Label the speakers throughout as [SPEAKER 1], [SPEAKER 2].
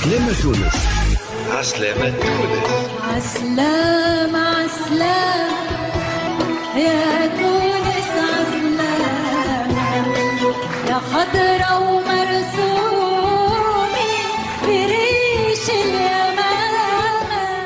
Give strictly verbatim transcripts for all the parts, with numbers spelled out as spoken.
[SPEAKER 1] عسلامة تونس. عسلامة تونس.
[SPEAKER 2] عسلامة عسلامة يا تونس، عسلامة يا خضرا ومرسومي بريش اليمامة.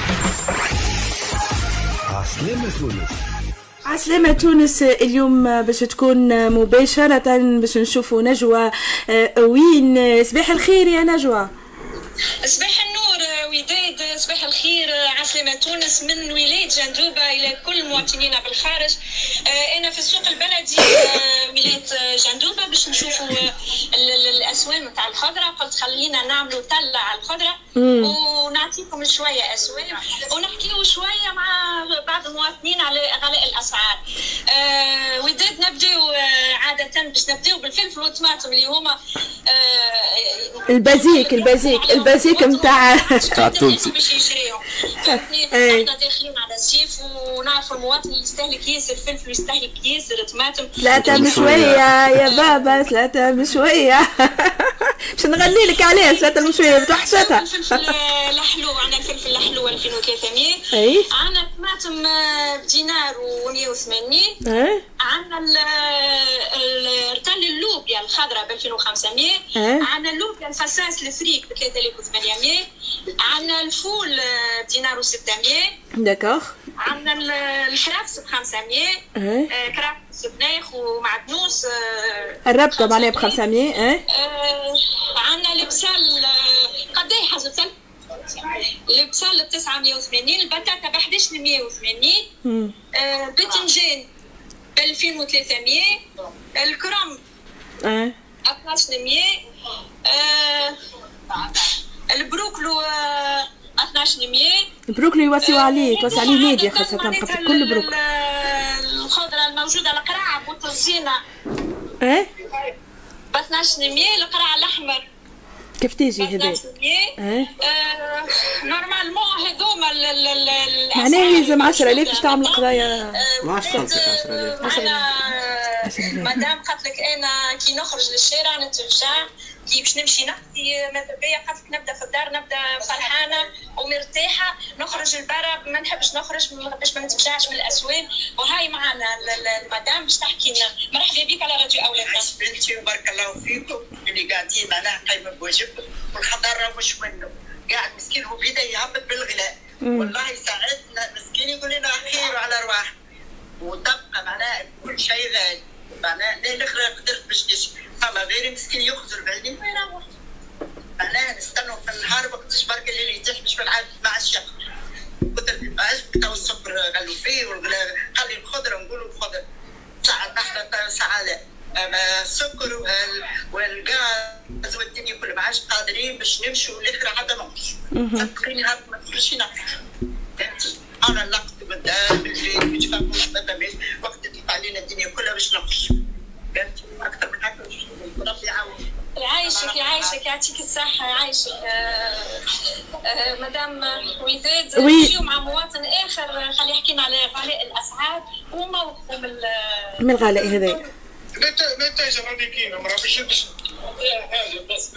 [SPEAKER 1] عسلامة تونس.
[SPEAKER 3] عسلامة تونس اليوم باش تكون مباشرة باش نشوفوا نجوى وين. صباح الخير يا نجوى.
[SPEAKER 4] صباح النور وداد، صباح الخير. عسلامة تونس من ولاية جندوبة إلى كل مواطنينا بالخارج. أنا في السوق البلدي ولاية جندوبة باش نشوفوا الأسواق متاع الخضرة. قلت خلينا نعملوا تلة على الخضرة ونعطيكم شوية أسواق ونحكيوا شوية مع بعض المواطنين على غلاء الأسعار. وداد نبداو عادة باش نبداو بالفلفل والطماطم اللي هما
[SPEAKER 3] البازيك البازيك البازيك متاع
[SPEAKER 4] تاع تونسي باش يشريهم. احنا داخلين على الصيف ونعرفوا المواطن يستهلك ياسر الفلفل ويستهلك ياسر الطماطم.
[SPEAKER 3] ثلاثة بشوية يا بابا، ثلاثة بشوية. باش نغني لك عليه ثلاثة بشوية بتوحشتها.
[SPEAKER 4] الفلفل الحلو عندنا الفلفل الحلو ألفين وثلاثمية.
[SPEAKER 3] اي
[SPEAKER 4] عندنا الطماطم بدينار ومية وثمانين.
[SPEAKER 3] اي
[SPEAKER 4] عندنا الرتل اللوبيا الخضراء ب ألفين وخمسمية. عندنا اللوبيا الفصاص الفريك ب ثلاثة آلاف وثمانمية. عندنا الفول بدينار وستمية.
[SPEAKER 3] داكوغ.
[SPEAKER 4] عندنا الكرفس ب خمسمية. كرفس بناخ ومعدنوس
[SPEAKER 3] الربطة معناها ب خمسمية. اه
[SPEAKER 4] عندنا البصل قداي حاجة البصل؟ البصل ب تسعمية وثمانين. البطاطا ب أحد عشر مية وثمانين. باذنجان ب ألفين وثلاثمية. الكرنب
[SPEAKER 3] اه
[SPEAKER 4] اثناش مية. البروكلو اثناش مية.
[SPEAKER 3] البروكلي يوسعوا عليه توسع عليه نادي خاصة قبل كل بروكلي.
[SPEAKER 4] الخضرة الموجودة القراع بوت الزينة
[SPEAKER 3] اه
[SPEAKER 4] ب اثناش مية. القراع الأحمر
[SPEAKER 3] كيف تيجي هذا؟
[SPEAKER 4] اه نورمالمون هذوما
[SPEAKER 3] معناها يلزم عشرة آلاف باش تعمل قضايا.
[SPEAKER 5] واش خلصك عشرة آلاف؟
[SPEAKER 4] مدام قالت لك انا كي نخرج للشارع نتفجع، كي باش نمشي نقضي ماذا بيا قالت لك نبدا في الدار نبدا فرحانه ومرتاحه، نخرج لبرا ما نحبش نخرج باش ما نتفجعش من الاسواق. وهاي معنا المدام باش تحكي لنا. مرحبا بك على راديو اولادنا.
[SPEAKER 6] بنتي وبارك الله فيكم اللي قاعدين معناها قايمه بواجبكم. والخضر مش منه قاعد مسكين هو بدا يهبط بالغلاء. والله يساعدنا مسكين يقول لنا خير على رواح وتبقى معناها كل شيء غالي. معناها الاخر قدرت باش نشري فما غيري مسكين يخزر بعدين ما يروح. معناها نستنوا في النهار وقتاش برك الليل يتيح باش نلعب مع الشهر. قلت عجبك تو السكر غلوا فيه والغلاء خلي الخضره نقولوا الخضره ساعه نحن ساعه لا. اما السكر والغاز والدنيا كل ما عادش قادرين باش نمشوا الاخر عاد نمشوا. صدقيني هاك ما تخرجش نفرح. فهمتي؟ انا لقت بالدار بالليل باش فهموش مثلا وقت تطلع علينا الدنيا كلها باش نمشوا. فهمتي؟ اكثر من هكا ربي يعاون.
[SPEAKER 4] يعيشك يعيشك يعطيك الصحة يعيشك. مدام وداد نمشيو مع مواطن آخر خلي يحكينا على غلاء الأسعار وموقفه من
[SPEAKER 3] من الغلاء هذا.
[SPEAKER 7] نتائج راني كاينه مرة باش باش حاجة بس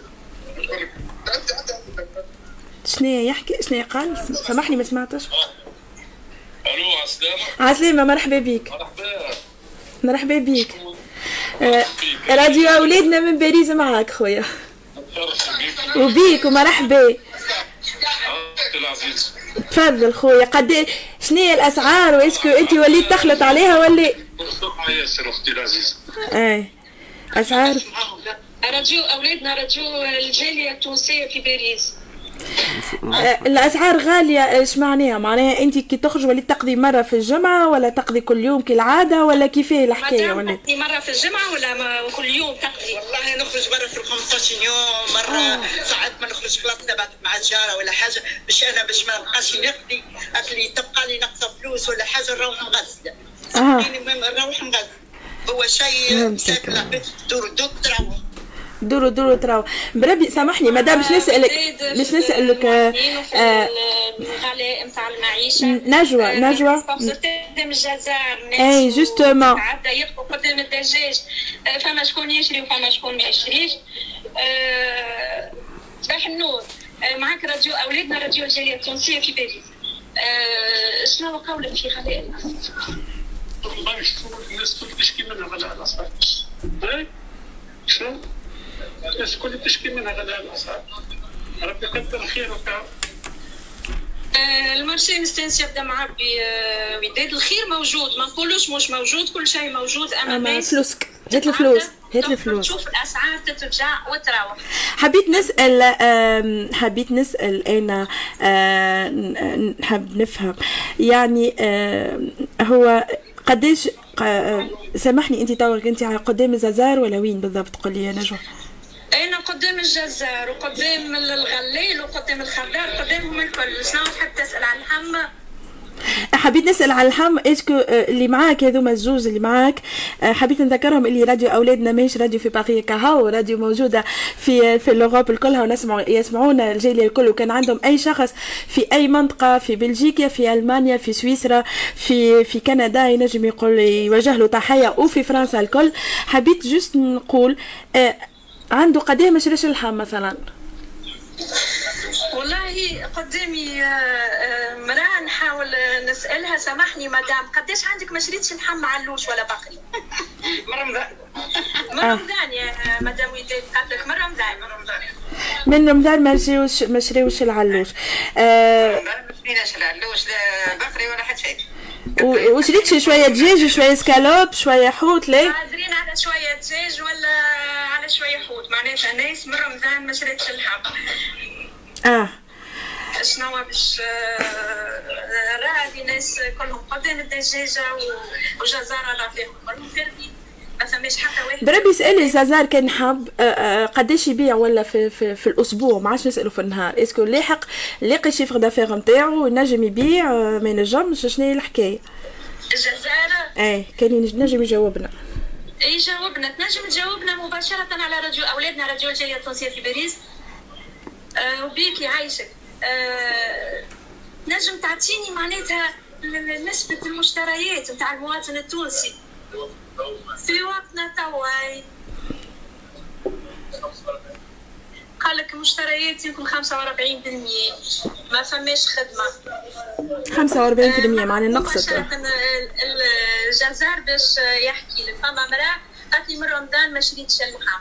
[SPEAKER 3] شنو يحكي شنو قال؟ سامحني ما سمعتش.
[SPEAKER 7] الو عسلامة.
[SPEAKER 3] عسلامة مرحبا بيك.
[SPEAKER 7] مرحبا
[SPEAKER 3] مرحبا بيك. آه راديو أولادنا من باريس معاك خويا. وبيك ومرحبا. تفضل خويا. قد شنو هي الأسعار وإسكو أنت وليت تخلط عليها ولا؟
[SPEAKER 7] ياسر أختي العزيزة.
[SPEAKER 3] آه أسعار.
[SPEAKER 4] راديو أولادنا راديو الجالية التونسية في باريس.
[SPEAKER 3] آه الأسعار غالية. إيش معناها؟ معناها أنت كي تخرج وليت تقضي مرة في الجمعة ولا تقضي كل يوم كالعادة ولا كيفاه الحكاية ولا؟
[SPEAKER 4] تقضي مرة في الجمعة ولا كل يوم تقضي؟
[SPEAKER 6] والله نخرج مرة في الخمسطاش يوم مرة. آه. ساعات ما نخرج خلاص بعد مع الجارة ولا حاجة باش أنا باش ما نبقاش نقضي أكلي تبقى لي نقصة فلوس ولا حاجة نروح نغسل.
[SPEAKER 3] آه.
[SPEAKER 6] نروح نغسل. هو شيء ساكن دور دوك تروح.
[SPEAKER 3] دورو دورو تراو بربي. سامحني مدام باش نسألك باش نسألك
[SPEAKER 4] الغلاء نتاع المعيشة.
[SPEAKER 3] نجوى نجوى
[SPEAKER 4] قدام الجزائر
[SPEAKER 3] اي جوستومون
[SPEAKER 4] عبدا يقفوا قدام الدجاج. فما شكون يشري وفما شكون ما يشريش. صباح النور. معك راديو اولادنا، راديو الجاليه التونسيه في باريس. شنو قولك في غلاء النفط؟
[SPEAKER 7] والله شوف الناس الكل تشكي منها غلاء الاسعار. شنو؟ الناس الكل تشكي منها غلاء الاسعار. ربي يقدر خير وكا.
[SPEAKER 4] المارشي مستانس يبدا معبي وداد، الخير موجود، ما نقولوش مش موجود، كل شيء موجود. اما
[SPEAKER 3] فلوسك، هات الفلوس، هات الفلوس.
[SPEAKER 4] تشوف الاسعار تترجع وتروح.
[SPEAKER 3] حبيت نسال حبيت نسال انا نحب نفهم يعني هو قداش، سامحني انت توك انت قدام الزازار ولا وين بالضبط؟ قول لي يا نجوى.
[SPEAKER 4] انا قدام الجزار وقدام الغليل وقدام الخضار، قدامهم الكل. شنو تحب تسال عن اللحم؟
[SPEAKER 3] حبيت نسال على اللحم. اسكو اللي معاك هذوما الزوز اللي معاك حبيت نذكرهم اللي راديو اولادنا ماهيش راديو في باريس كهو، راديو موجوده في في الاوروب الكلها ونسمعوا يسمعونا الجاليه الكل. وكان عندهم اي شخص في اي منطقه في بلجيكا، في المانيا، في سويسرا، في في كندا ينجم يقول يوجه له تحيه، وفي فرنسا الكل. حبيت جست نقول عنده قديه ما شراش اللحم مثلا؟
[SPEAKER 4] والله قدامي مراه نحاول نسالها، سامحني مدام قداش عندك ما شريتش لحم علوش ولا بقري؟
[SPEAKER 6] من رمضان.
[SPEAKER 4] من رمضان يا مدام وداد، قالت لك من رمضان. من رمضان
[SPEAKER 3] من رمضان ما شريوش ما شريوش العلوش.
[SPEAKER 6] آه ما شريناش العلوش لا بقري ولا حتى شيء.
[SPEAKER 3] وشريتش شويه دجاج شويه سكالوب شويه حوت؟ ليه
[SPEAKER 4] قادرين على شويه دجاج ولا على شويه حوت؟ معناتها ناس من رمضان ما شريتش اللحم.
[SPEAKER 3] اه
[SPEAKER 4] شنو باش راهي ناس كلهم قدام الدجاجه وجزاره راه فيهم كلهم فارغين، ما فماش حتى واحد.
[SPEAKER 3] بربي اسالي الزازار كان حاب قداش يبيع ولا في في, في الاسبوع، ما عادش نسالوا في النهار. اسكو لاحق لاقي شيفر دافير نتاعو ينجم يبيع ما ينجمش؟ شنو هي الحكايه؟
[SPEAKER 4] الجزاره
[SPEAKER 3] اي كان ينجم يجاوبنا.
[SPEAKER 4] اي جاوبنا، تنجم تجاوبنا مباشره على راديو اولادنا، راديو الجاليه التونسيه في باريس. أه وبيك يعيشك. أه نجم تعطيني معناتها نسبة المشتريات نتاع المواطن التونسي في وقتنا توا؟ قالك مشتريات يمكن خمسة وأربعين بالمية، ما فماش خدمة.
[SPEAKER 3] خمسة وأربعين بالمية معنى نقصت.
[SPEAKER 4] الجزار باش يحكي لك، فما مرأة قالت لي من رمضان ما شريتش اللحم.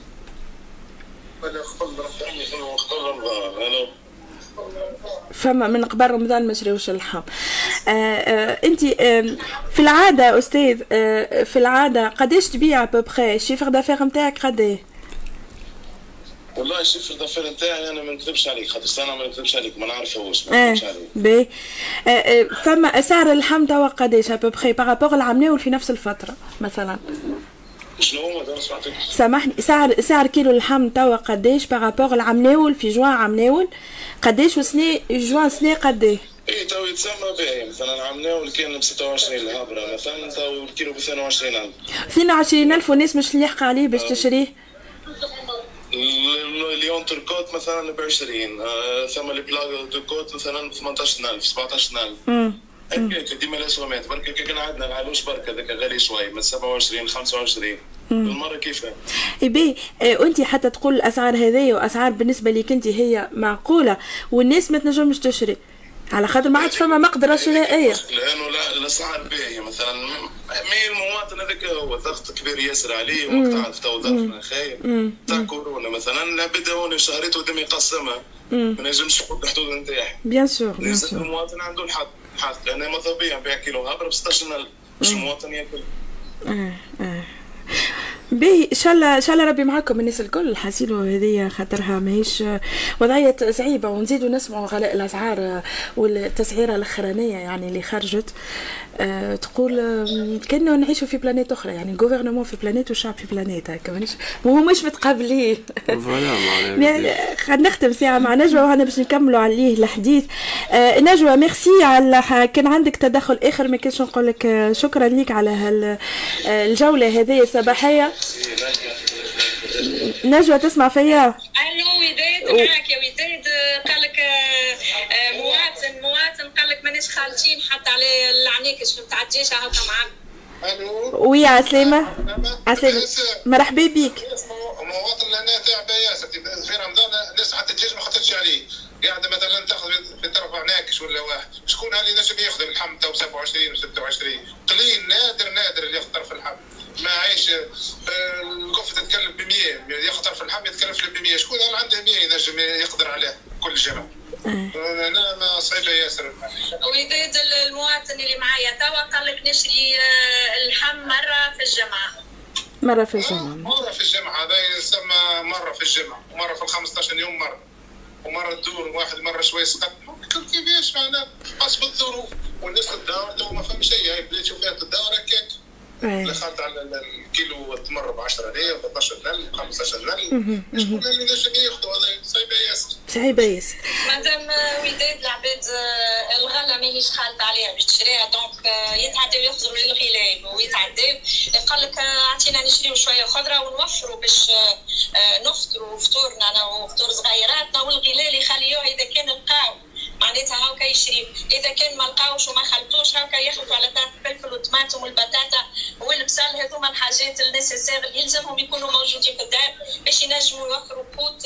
[SPEAKER 3] فما من قبل رمضان ما شريوش اللحم. انت في العاده استاذ آه في العاده قداش تبيع بوبخي؟ الشيفر دافير نتاعك قداه؟
[SPEAKER 8] والله الشيفر دافير نتاعي انا ما نكذبش عليك، خاطر انا ما نكذبش عليك، ما نعرفوش،
[SPEAKER 3] ما نكذبش عليك. باهي آه فما سعر اللحم توا قداش بوبخي بارابور العمناول في نفس الفتره مثلا؟
[SPEAKER 8] شنو هو ما سمعتكش؟
[SPEAKER 3] سامحني، سعر سعر كيلو اللحم توا قداش بارابور العمناول في جوان عمناول قداش وسنة جوان سنة قداش؟
[SPEAKER 8] ايه تو يتسمى باهي، مثلا العمناول كان ب ستة وعشرين الهبره مثلا، تو الكيلو ب اثنين وعشرين ألف.
[SPEAKER 3] اثنين وعشرين ألف والناس مش لاحقه عليه باش تشريه.
[SPEAKER 8] اليون تركوت مثلا ب عشرين، آه ثم البلاغ دو كوت مثلا ب ثمانية عشر ألف سبعة عشر ألف. امم هكاك ديما الاسوامات، برك كان عندنا العلوش برك هذاك غالي شوي من سبعة وعشرين خمسة وعشرين بالمره كيفاه.
[SPEAKER 3] اي آه وانت حتى تقول الاسعار هذه واسعار بالنسبه لك انت هي معقوله والناس ما تنجمش تشري على خاطر ما عادش فما مقدره شرائيه.
[SPEAKER 8] لانه لا الاسعار باهيه مثلا مي المواطن هذاك هو ضغط كبير ياسر عليه، وقت عاد تو ظرفنا خايب تاع كورونا مثلا بدا هون شهريته قدام يقسمها ما نجمش يحط الحدود نتاعي.
[SPEAKER 3] بيان سور
[SPEAKER 8] بيان سور المواطن عنده الحق حق، لان ما طبيعي نبيع كيلو هبره ب ستة عشر ألف باش المواطن ياكل.
[SPEAKER 3] اه اه باهي ان شاء الله ان شاء الله ربي معكم الناس الكل. حاسيلو هذه خاطرها ماهيش وضعيه صعيبه، ونزيدوا نسمعوا غلاء الاسعار والتسعيره الاخرانيه يعني اللي خرجت أه تقول كانه نعيشوا في بلانيت اخرى، يعني الجوفرنمون في بلانيت والشعب في بلانيت هكا مانيش وهماش متقابلين.
[SPEAKER 5] فوالا
[SPEAKER 3] خلينا نختم ساعه مع نجوى وهنا باش نكملوا عليه الحديث. أه نجوى ميرسي على كان عندك تدخل اخر، ما كنتش نقول لك شكرا ليك على هالجوله هذه الصباحيه. نجوى تسمع فيا؟
[SPEAKER 4] الو وداد معاك يا وداد. قال لك مواطن مواطن قال لك ماناش خالتين حتى على العناكش نتاع الدجاج هاكا معاك.
[SPEAKER 6] الو
[SPEAKER 3] ويا عسلامة. عسلامة مرحبا بيك.
[SPEAKER 6] مواطن لنا تاع بياسة في رمضان
[SPEAKER 7] الناس حتى الدجاج ما خطرتش عليه، قاعده مثلا تاخذ في ترفع ناكش ولا واحد، شكون اللي نجم يخدم اللحم تو سبعة وعشرين وستة وعشرين؟ قليل نادر نادر اللي يخطر في اللحم. ما عايش الكفته تتكلف ب مية، يخطر في اللحم يتكلف ب مية، شكون اللي عنده مية ينجم يقدر عليه كل جمعه؟ انا ما صعيبه ياسر.
[SPEAKER 4] وداد المواطن اللي معايا توا قال لك نشري اللحم مره في الجمعه.
[SPEAKER 3] مره في الجمعه.
[SPEAKER 7] مره في الجمعه، هذا يسمى مره في الجمعه، ومره في ال خمسطاش يوم مره، ومره تدور واحد مره شويه سقط. كيفاش معنا حسب الظروف والناس تدور تو ما فهم شيء. هاي بلاد شوفها تدور هكاك. اللي خاطر على الكيلو تمر ب عشرة آلاف ب اثناش ألف خمسطاش ألف، شكون اللي نجم ياخذوا؟ هذا صعيبه ياسر.
[SPEAKER 3] صعيبه ياسر.
[SPEAKER 4] مادام وداد العباد الغله ماهيش خالطه عليها باش تشريها، دونك يتعداو يخزروا للغلاب ويتعداو. قال لك اعطينا نشريو شويه خضره ونوفروا باش نفطروا فطورنا انا وفطور صغيراتنا، والغلال يخليوها اذا كان لقاو معناتها هاكا يشريو، اذا كان ما لقاوش وما خلطوش هاكا يخلطوا على الفلفل والطماطم والبطاطا والبصل. هذوما الحاجات النسيسير اللي يلزمهم يكونوا موجودين في الدار باش ينجموا يوفروا قوت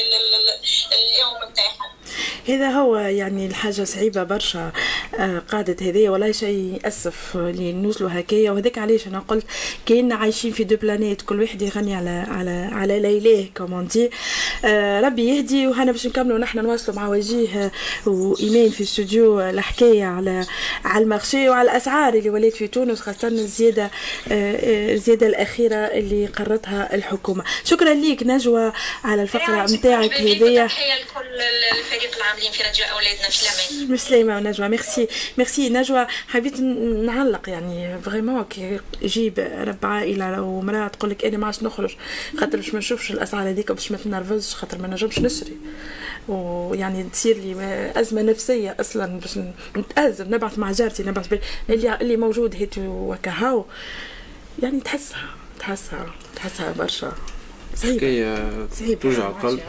[SPEAKER 4] اليوم نتاعهم.
[SPEAKER 3] هذا هو يعني الحاجه صعيبه برشا قادت هذه، ولا شيء يأسف اللي نوصلوا هكايا. وهذاك علاش انا قلت كأننا عايشين في دو بلانيت، كل واحد يغني على على على ليلاه كومون دي. آه ربي يهدي. وهنا باش نكملوا نحن نواصلوا مع وجيه وايمان في استوديو الحكايه على على المارشي وعلى الاسعار اللي ولات في تونس، خاصه الزياده آه الزياده الاخيره اللي قررتها الحكومه. شكرا ليك نجوى على الفقره نتاعك هذيا.
[SPEAKER 4] تحيه لكل الفريق العاملين في راديو اولادنا في الامان.
[SPEAKER 3] مسلمه ونجوى. ميرسي ميرسي نجوى. حبيت نعلق يعني فريمون كي يجيب رب عائله ومراه تقول لك انا ما عادش نخرج خاطر باش ما نشوفش الاسعار هذيك باش ما تنرفزش خاطر ما نجمش نشري، ويعني تصير لي ازمه نفسيه اصلا باش نتازم نبعث مع جارتي نبعث اللي اللي موجود هيك وكهاو. يعني تحسها تحسها تحسها برشا
[SPEAKER 5] حكايه توجع القلب،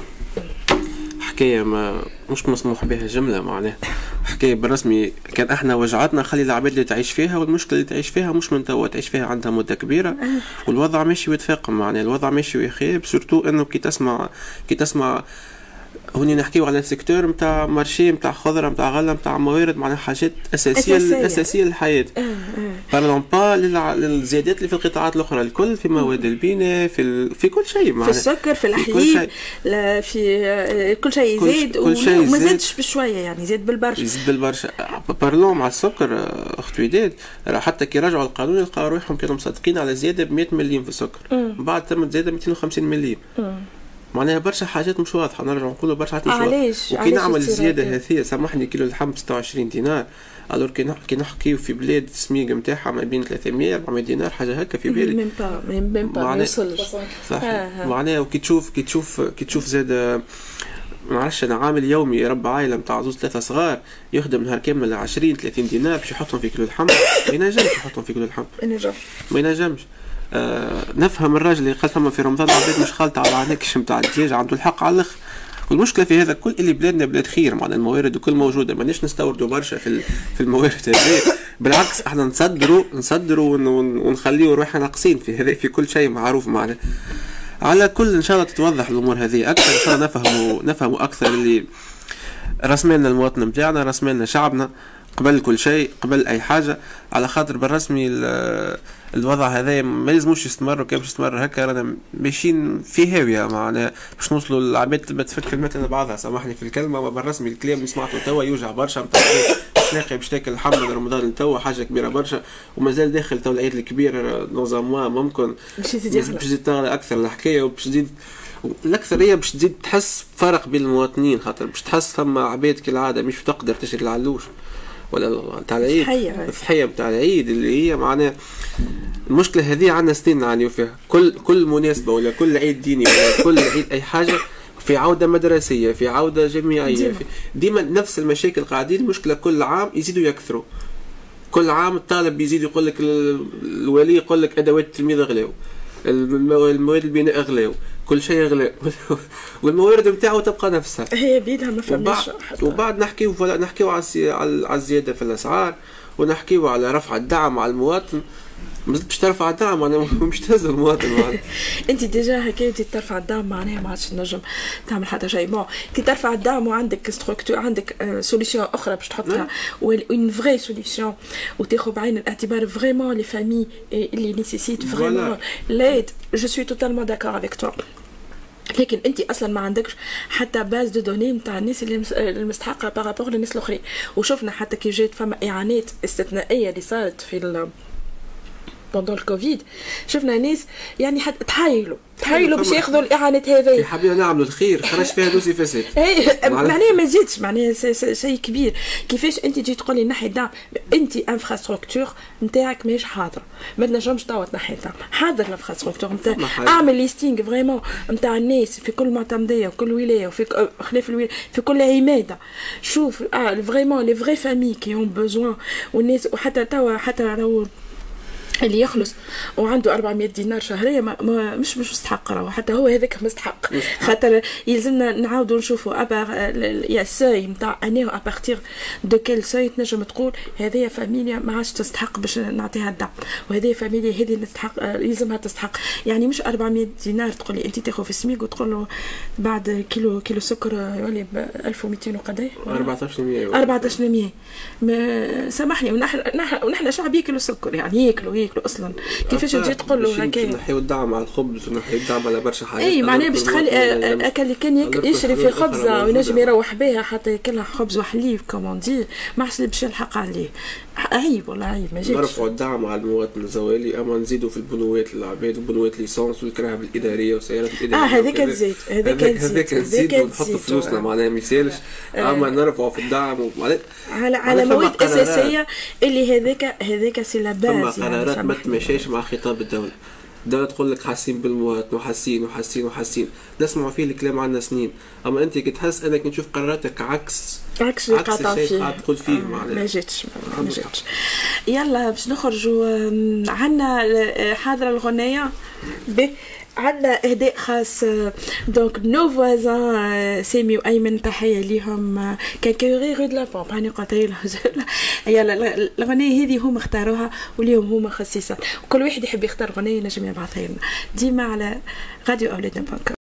[SPEAKER 5] حكايه ما مش مسموح بها جمله. معناها حكايه بالرسمي كان احنا وجعتنا خلي العباد اللي تعيش فيها، والمشكله اللي تعيش فيها مش من توا، تعيش فيها عندها مده كبيره، والوضع ماشي ويتفاقم. معناها الوضع ماشي ويخيب، سورتو انه كي تسمع كي تسمع هوني نحكيو على السيكتور نتاع مارشي نتاع خضره نتاع غله نتاع موارد، معناها حاجات اساسيه اساسيه, أساسية للحياه. بارلون با للزيادات اللي في القطاعات الاخرى الكل، في مواد البناء في ال... في كل شيء، معناها
[SPEAKER 3] في السكر في الحليب في كل شيء يزيد وما زادش بشويه يعني زاد بالبرشا
[SPEAKER 5] يزيد بالبرشا. بارلون مع السكر اخت وداد حتى كي رجعوا القانون لقاو روحهم كانوا مصدقين على زياده ب مئة مليم في السكر، بعد تمت زياده مئتين وخمسين مليم. معناها برشا حاجات مش واضحه، نرجع نقولوا برشا حاجات مش واضحه. وكي نعمل الزياده هذه سامحني كيلو اللحم ستة وعشرين دينار، الور كي نحكيو في بلاد السميق نتاعها ما بين ثلاثمية أربعمية دينار حاجه هكا في بالي
[SPEAKER 3] ميم با ميم با ما يوصلش
[SPEAKER 5] صح. معناها وكي تشوف كي تشوف كي تشوف زاد ما عرفش انا عامل يومي رب عائله نتاع زوج ثلاثه صغار يخدم نهار كامل عشرين ثلاثين دينار باش يحطهم في كيلو اللحم، ما ينجمش يحطهم في كيلو اللحم، ما ينجمش. آه نفهم الراجل اللي قال ثم في رمضان العباد مش خالطه على عنكش نتاع الدجاج، عنده الحق على الاخر. والمشكله في هذا كل اللي بلادنا بلاد خير، معناها الموارد وكل موجوده، ماناش نستوردوا برشا في في الموارد هذه، بالعكس احنا نصدروا نصدروا ونخليوا روحنا ناقصين في هذا في كل شيء معروف. معنا على كل ان شاء الله تتوضح الامور هذه اكثر، ان شاء الله نفهموا نفهموا اكثر اللي رسمنا المواطن نتاعنا، رسمنا شعبنا قبل كل شيء، قبل اي حاجه، على خاطر بالرسمي الوضع هذا ما لازموش يستمر. وكيف يستمر هكا رانا ماشيين في هاويه، معناها باش نوصلوا للعباد تبى تفك المثل بعضها، سامحني في الكلمه، ما بالرسمي الكلام اللي سمعته توا يوجع برشا نتاع تلاقي باش تاكل الحمد رمضان توا حاجه كبيره برشا، ومازال داخل تو العيد الكبير نوزا ممكن باش تزيد تغلى اكثر الحكايه، وباش تزيد الاكثريه باش تزيد تحس بفرق بين المواطنين، خاطر باش تحس ثم عباد كالعاده مش تقدر تشري العلوش ولا تاع العيد الضحيه بتاع العيد اللي هي معناها المشكله هذه عندنا سنين نعانيو فيها. كل كل مناسبه ولا كل عيد ديني ولا كل عيد اي حاجه في عوده مدرسيه في عوده جامعيه في ديما نفس المشاكل قاعدين. المشكله كل عام يزيدوا يكثروا، كل عام الطالب يزيد يقول لك الولي يقول لك ادوات التلميذ غلاو، المواد البناء غلاو، كل شيء غلاء والموارد نتاعو تبقى نفسها
[SPEAKER 3] هي بيدها ما فهمناش.
[SPEAKER 5] وبعد نحكيو ولا نحكيو على على الزياده في الاسعار، ونحكيو على رفع الدعم على المواطن. مازلت باش ترفع الدعم معناها مش تهز المواطن معناها.
[SPEAKER 3] انت ديجا هكا انت ترفع الدعم معناها ما عادش تنجم تعمل حتى شيء. بون كي ترفع الدعم وعندك ستركتور عندك سوليسيون اخرى باش تحطها اون فري سوليسيون وتاخذ بعين الاعتبار فريمون لي فامي اللي نيسيسيت فريمون ليد. جو سوي توتالمون داكور افيك توا. لكن انت اصلا ما عندكش حتى باز دو دوني نتاع الناس اللي المستحقه بارابور للناس الاخرين. وشفنا حتى كي جات فما اعانات استثنائيه اللي صارت في بوندون الكوفيد شفنا ناس يعني حتى تحايلوا تحايلوا باش ياخذوا الاعانات هذه.
[SPEAKER 5] حابين نعملوا الخير خرج فيها دوسي فساد.
[SPEAKER 3] اي معناها ما جاتش معناها شيء كبير. كيفاش انت تجي تقول لي نحي الدعم انت انفراستركتور نتاعك ماهيش حاضره ما تنجمش توا تنحي الدعم. حاضر الانفراستركتور نتاع اعمل ليستينغ فريمون نتاع الناس في كل معتمديه وكل ولايه وفي خلاف الولايه في كل عماده. شوف اه فريمون لي فري فامي كي اون بوزوان والناس وحتى توا حتى راهو اللي يخلص وعنده أربعمية دينار شهريه ما, ما مش مش مستحق راهو حتى هو هذاك مستحق. خاطر يلزمنا نعاودوا نشوفوا ابار يا سوي نتاع انا ابارتير دو كيل سوي تنجم تقول هذه فاميليا ما عادش تستحق باش نعطيها الدعم وهذه فاميليا هذه نستحق يلزمها تستحق. يعني مش أربعمية دينار تقول لي انت تاخذ في السميك وتقول له بعد كيلو كيلو سكر يولي ب ألف ومئتين وقداش
[SPEAKER 5] أربعطاش مية
[SPEAKER 3] أربعطاش مية. ما سامحني ونحن ونحن شعب ياكلوا سكر يعني ياكلوا ياكلوا اصلا. كيفاش تجي تقول له هكا
[SPEAKER 5] نحيو الدعم على الخبز ونحيو الدعم على برشا حاجات.
[SPEAKER 3] اي معناها باش تخلي اكل اللي كان يشري في خبزه وينجم يروح بها حتى ياكلها خبز وحليب كوموندي ما عادش باش يلحق عليه. عيب والله عيب ما جاتش.
[SPEAKER 5] نرفعوا الدعم على المواطن الزوالي اما نزيدوا في البنوات للعباد وبنوات ليسونس والكراهب الاداريه وسيارات الاداريه.
[SPEAKER 3] اه هذاك تزيد هذاك تزيد
[SPEAKER 5] هذاك نزيد ونحطوا فلوسنا معناها ما يسالش. اما نرفعوا في الدعم ومعناها
[SPEAKER 3] على على مواد اساسيه اللي هذاك هذاك سي لا باز.
[SPEAKER 5] ثم قرارات ما تمشيش مع خطاب الدوله. الدولة تقول لك حاسين بالمواطن وحاسين وحاسين وحاسين نسمعوا فيه الكلام عنا سنين. اما انت كي تحس انك نشوف قراراتك عكس
[SPEAKER 3] عكس اللي قاطع فيه
[SPEAKER 5] قاعد تقول فيه معناها
[SPEAKER 3] ما جاتش ما جاتش. يلا باش نخرجوا عنا حاضره الغنيه ب عندنا اهداء خاص دونك نو فوازان سامي وايمن تحيه ليهم كاكوري رو دو لا بومب هاني قلت يلا الاغنيه هذه هما اختاروها واليوم هما خصيصا وكل واحد يحب يختار اغنيه نجم يبعثها لنا ديما على راديو اولادنا.